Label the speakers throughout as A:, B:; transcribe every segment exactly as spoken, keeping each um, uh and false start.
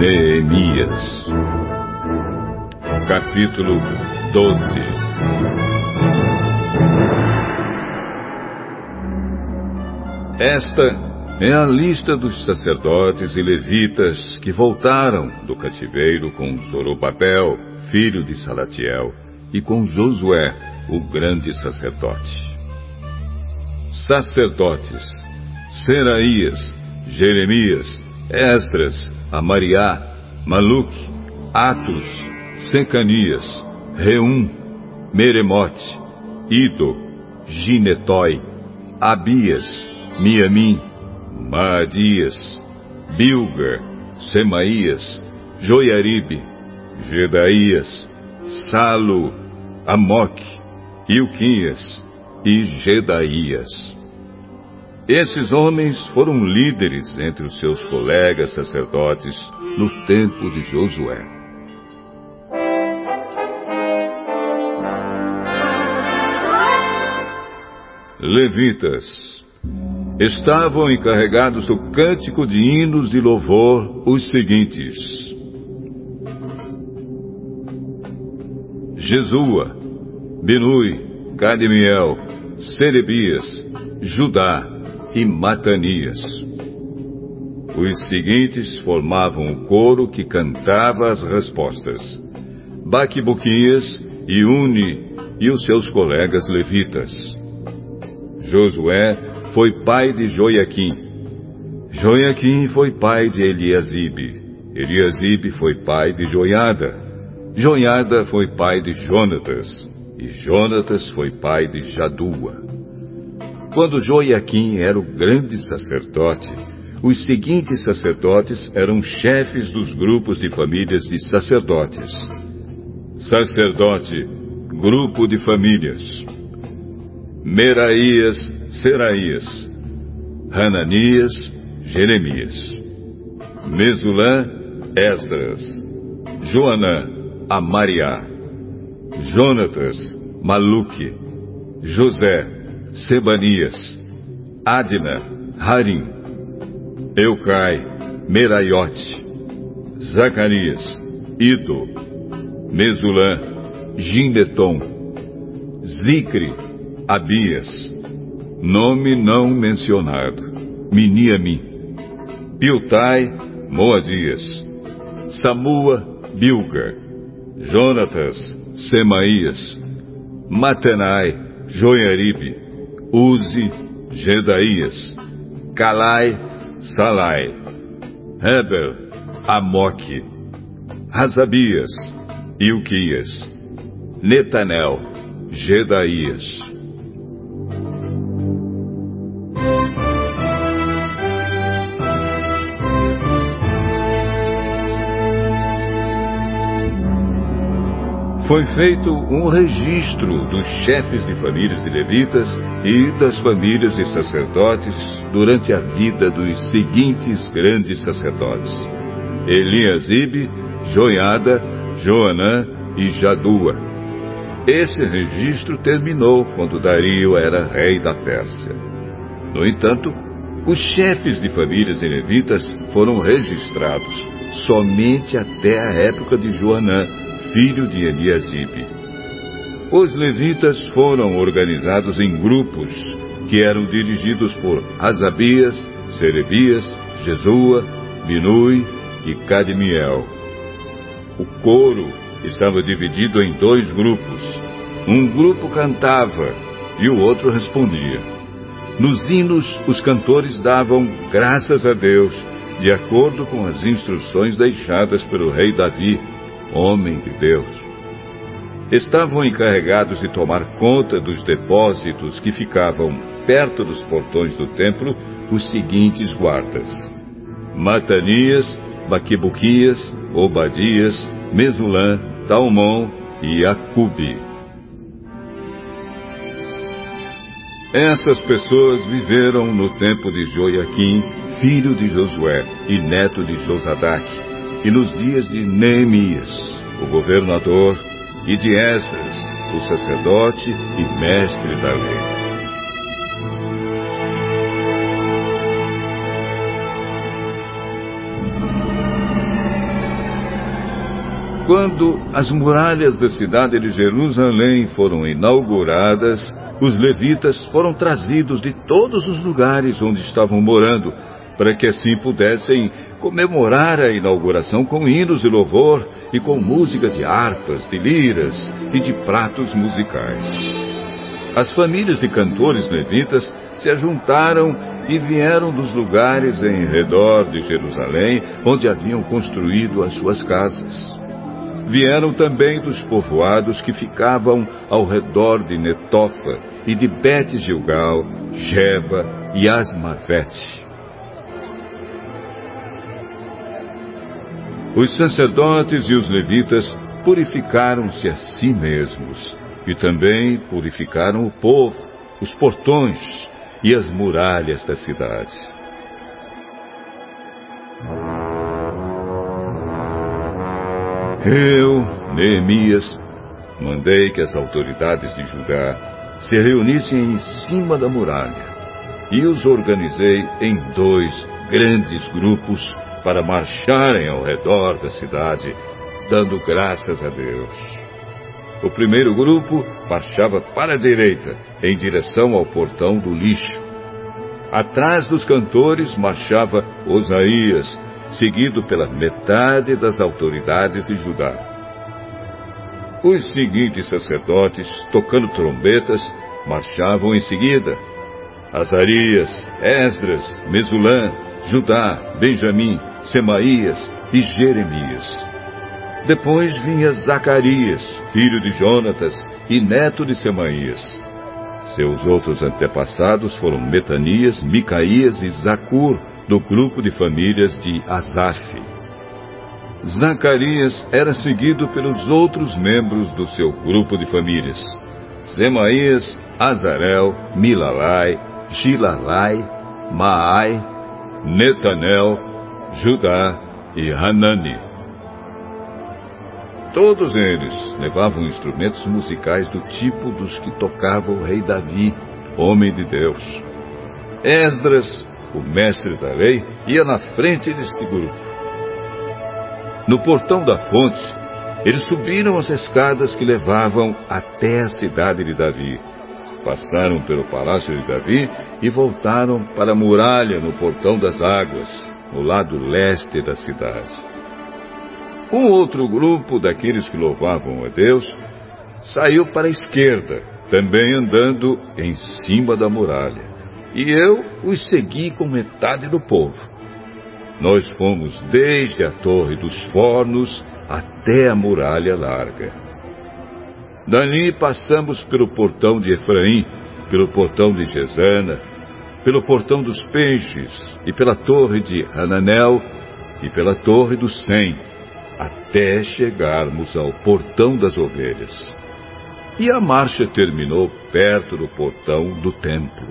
A: Neemias. Capítulo doze. Esta é a lista dos sacerdotes e levitas que voltaram do cativeiro com Zorobabel, filho de Salatiel, e com Josué, o grande sacerdote. Sacerdotes: Seraías, Jeremias, Esdras, Amariá, Maluque, Atos, Secanias, Reum, Meremote, Ido, Ginetói, Abias, Miamim, Maadias, Bilga, Semaías, Joiaribe, Jedaías, Salo, Amoque, Ilquias e Gedaías. Esses homens foram líderes entre os seus colegas sacerdotes no tempo de Josué. Levitas estavam encarregados do cântico de hinos de louvor os seguintes: Jesua, Binui, Cadmiel, Serebias, Judá e Matanias. Os seguintes formavam o coro que cantava as respostas: Baquibuquias e Uni e os seus colegas levitas. Josué foi pai de Joiaquim. Joiaquim foi pai de Eliasibe. Eliasibe foi pai de Joiada. Joiada foi pai de Jonatas. E Jonatas foi pai de Jadua. Quando Joiaquim era o grande sacerdote, os seguintes sacerdotes eram chefes dos grupos de famílias de sacerdotes. Sacerdote, grupo de famílias: Meraías, Seraías, Hananias, Jeremias, Mesulã, Esdras, Joanã, Amariá, Jonatas, Maluque, José, Sebanias, Adna, Harim, Eucai, Meraiote, Zacarias, Ido, Mesulã, Gineton, Zicre, Abias, nome não mencionado, Miniamim, Piltai, Moadias, Samua, Bilga, Jonatas, Semaías, Matenai, Joiaribe, Uzi, Gedaías, Calai, Salai, Heber, Amoque, Razabias, Ilquias, Netanel, Gedaías. Foi feito um registro dos chefes de famílias de levitas e das famílias de sacerdotes durante a vida dos seguintes grandes sacerdotes: Eliasibe, Joiada, Joanã e Jadua. Esse registro terminou quando Dario era rei da Pérsia. No entanto, os chefes de famílias de levitas foram registrados somente até a época de Joanã, filho de Eliasibe. Os levitas foram organizados em grupos que eram dirigidos por Hazabias, Serebias, Jesua, Binui e Cadmiel. O coro estava dividido em dois grupos. Um grupo cantava e o outro respondia. Nos hinos, os cantores davam graças a Deus, de acordo com as instruções deixadas pelo rei Davi, homem de Deus. Estavam encarregados de tomar conta dos depósitos que ficavam perto dos portões do templo os seguintes guardas: Matanias, Baquibuquias, Obadias, Mesulã, Talmon e Acube. Essas pessoas viveram no tempo de Joiaquim, filho de Josué e neto de Josadaque, e nos dias de Neemias, o governador, e de Esdras, o sacerdote e mestre da lei. Quando as muralhas da cidade de Jerusalém foram inauguradas, os levitas foram trazidos de todos os lugares onde estavam morando, para que assim pudessem comemorar a inauguração com hinos de louvor e com música de harpas, de liras e de pratos musicais. As famílias de cantores levitas se ajuntaram e vieram dos lugares em redor de Jerusalém, onde haviam construído as suas casas. Vieram também dos povoados que ficavam ao redor de Netofa e de Bet-Gilgal, Geba e Asmavete. Os sacerdotes e os levitas purificaram-se a si mesmos e também purificaram o povo, os portões e as muralhas da cidade. Eu, Neemias, mandei que as autoridades de Judá se reunissem em cima da muralha e os organizei em dois grandes grupos para marcharem ao redor da cidade, dando graças a Deus. O primeiro grupo marchava para a direita, em direção ao portão do lixo. Atrás dos cantores marchava Osaías, seguido pela metade das autoridades de Judá. Os seguintes sacerdotes, tocando trombetas, marchavam em seguida: Azarias, Esdras, Mesulã, Judá, Benjamim, Semaías e Jeremias. Depois vinha Zacarias, filho de Jonatas e neto de Semaías. Seus outros antepassados foram Metanias, Micaías e Zacur, do grupo de famílias de Asaf. Zacarias era seguido pelos outros membros do seu grupo de famílias: Semaías, Azarel, Milalai, Gilalai, Maai, Netanel, Judá e Hanani. Todos eles levavam instrumentos musicais do tipo dos que tocava o rei Davi, homem de Deus. Esdras, o mestre da lei, ia na frente deste grupo. No portão da fonte, eles subiram as escadas que levavam até a cidade de Davi. Passaram pelo palácio de Davi e voltaram para a muralha no portão das águas, no lado leste da cidade. Um outro grupo daqueles que louvavam a Deus saiu para a esquerda, também andando em cima da muralha, e eu os segui com metade do povo. Nós fomos desde a Torre dos Fornos até a muralha larga. Dali passamos pelo portão de Efraim, pelo portão de Gesana, pelo portão dos Peixes, e pela torre de Hananel, e pela torre do Sem, até chegarmos ao portão das Ovelhas. E a marcha terminou perto do portão do templo.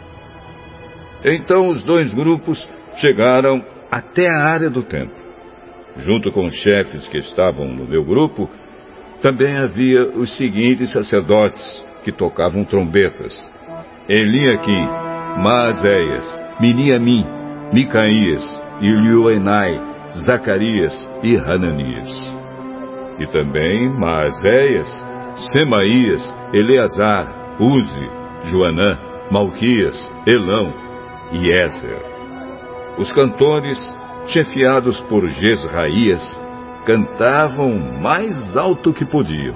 A: Então os dois grupos chegaram até a área do templo. Junto com os chefes que estavam no meu grupo, também havia os seguintes sacerdotes que tocavam trombetas: Eliaquim, Maazéias, Miniamim, Micaías, Ilioenai, Zacarias e Hananias. E também Maazéias, Semaías, Eleazar, Uzi, Joanã, Malquias, Elão e Ézer. Os cantores, chefiados por Jezraías, cantavam mais alto que podiam.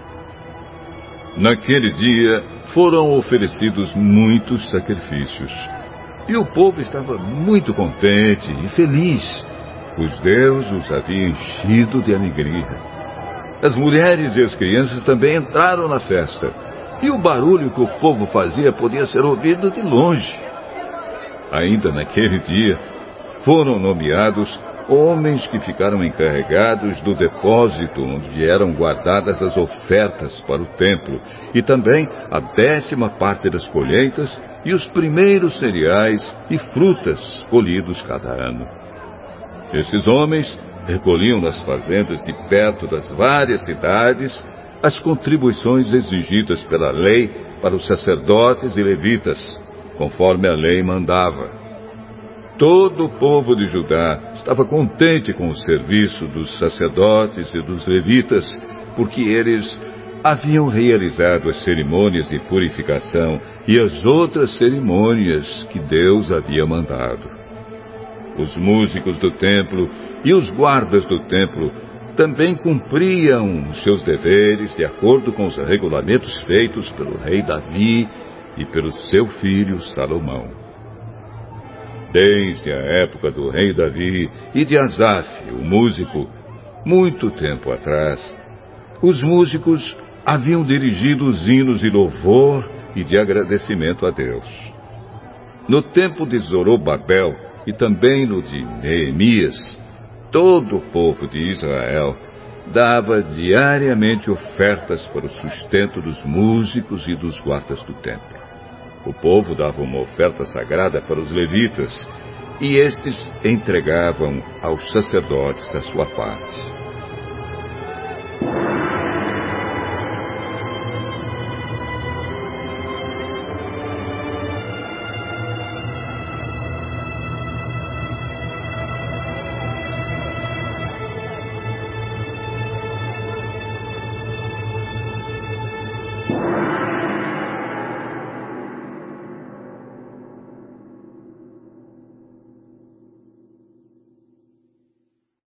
A: Naquele dia foram oferecidos muitos sacrifícios, e o povo estava muito contente e feliz, pois Deus os havia enchido de alegria. As mulheres e as crianças também entraram na festa, e o barulho que o povo fazia podia ser ouvido de longe. Ainda naquele dia foram nomeados homens que ficaram encarregados do depósito onde eram guardadas as ofertas para o templo, e também a décima parte das colheitas e os primeiros cereais e frutas colhidos cada ano. Esses homens recolhiam nas fazendas de perto das várias cidades as contribuições exigidas pela lei para os sacerdotes e levitas, conforme a lei mandava. Todo o povo de Judá estava contente com o serviço dos sacerdotes e dos levitas, porque eles haviam realizado as cerimônias de purificação e as outras cerimônias que Deus havia mandado. Os músicos do templo e os guardas do templo também cumpriam os seus deveres de acordo com os regulamentos feitos pelo rei Davi e pelo seu filho Salomão. Desde a época do rei Davi e de Asaf, o músico, muito tempo atrás, os músicos haviam dirigido os hinos de louvor e de agradecimento a Deus. No tempo de Zorobabel e também no de Neemias, todo o povo de Israel dava diariamente ofertas para o sustento dos músicos e dos guardas do templo. O povo dava uma oferta sagrada para os levitas, e estes entregavam aos sacerdotes a sua parte.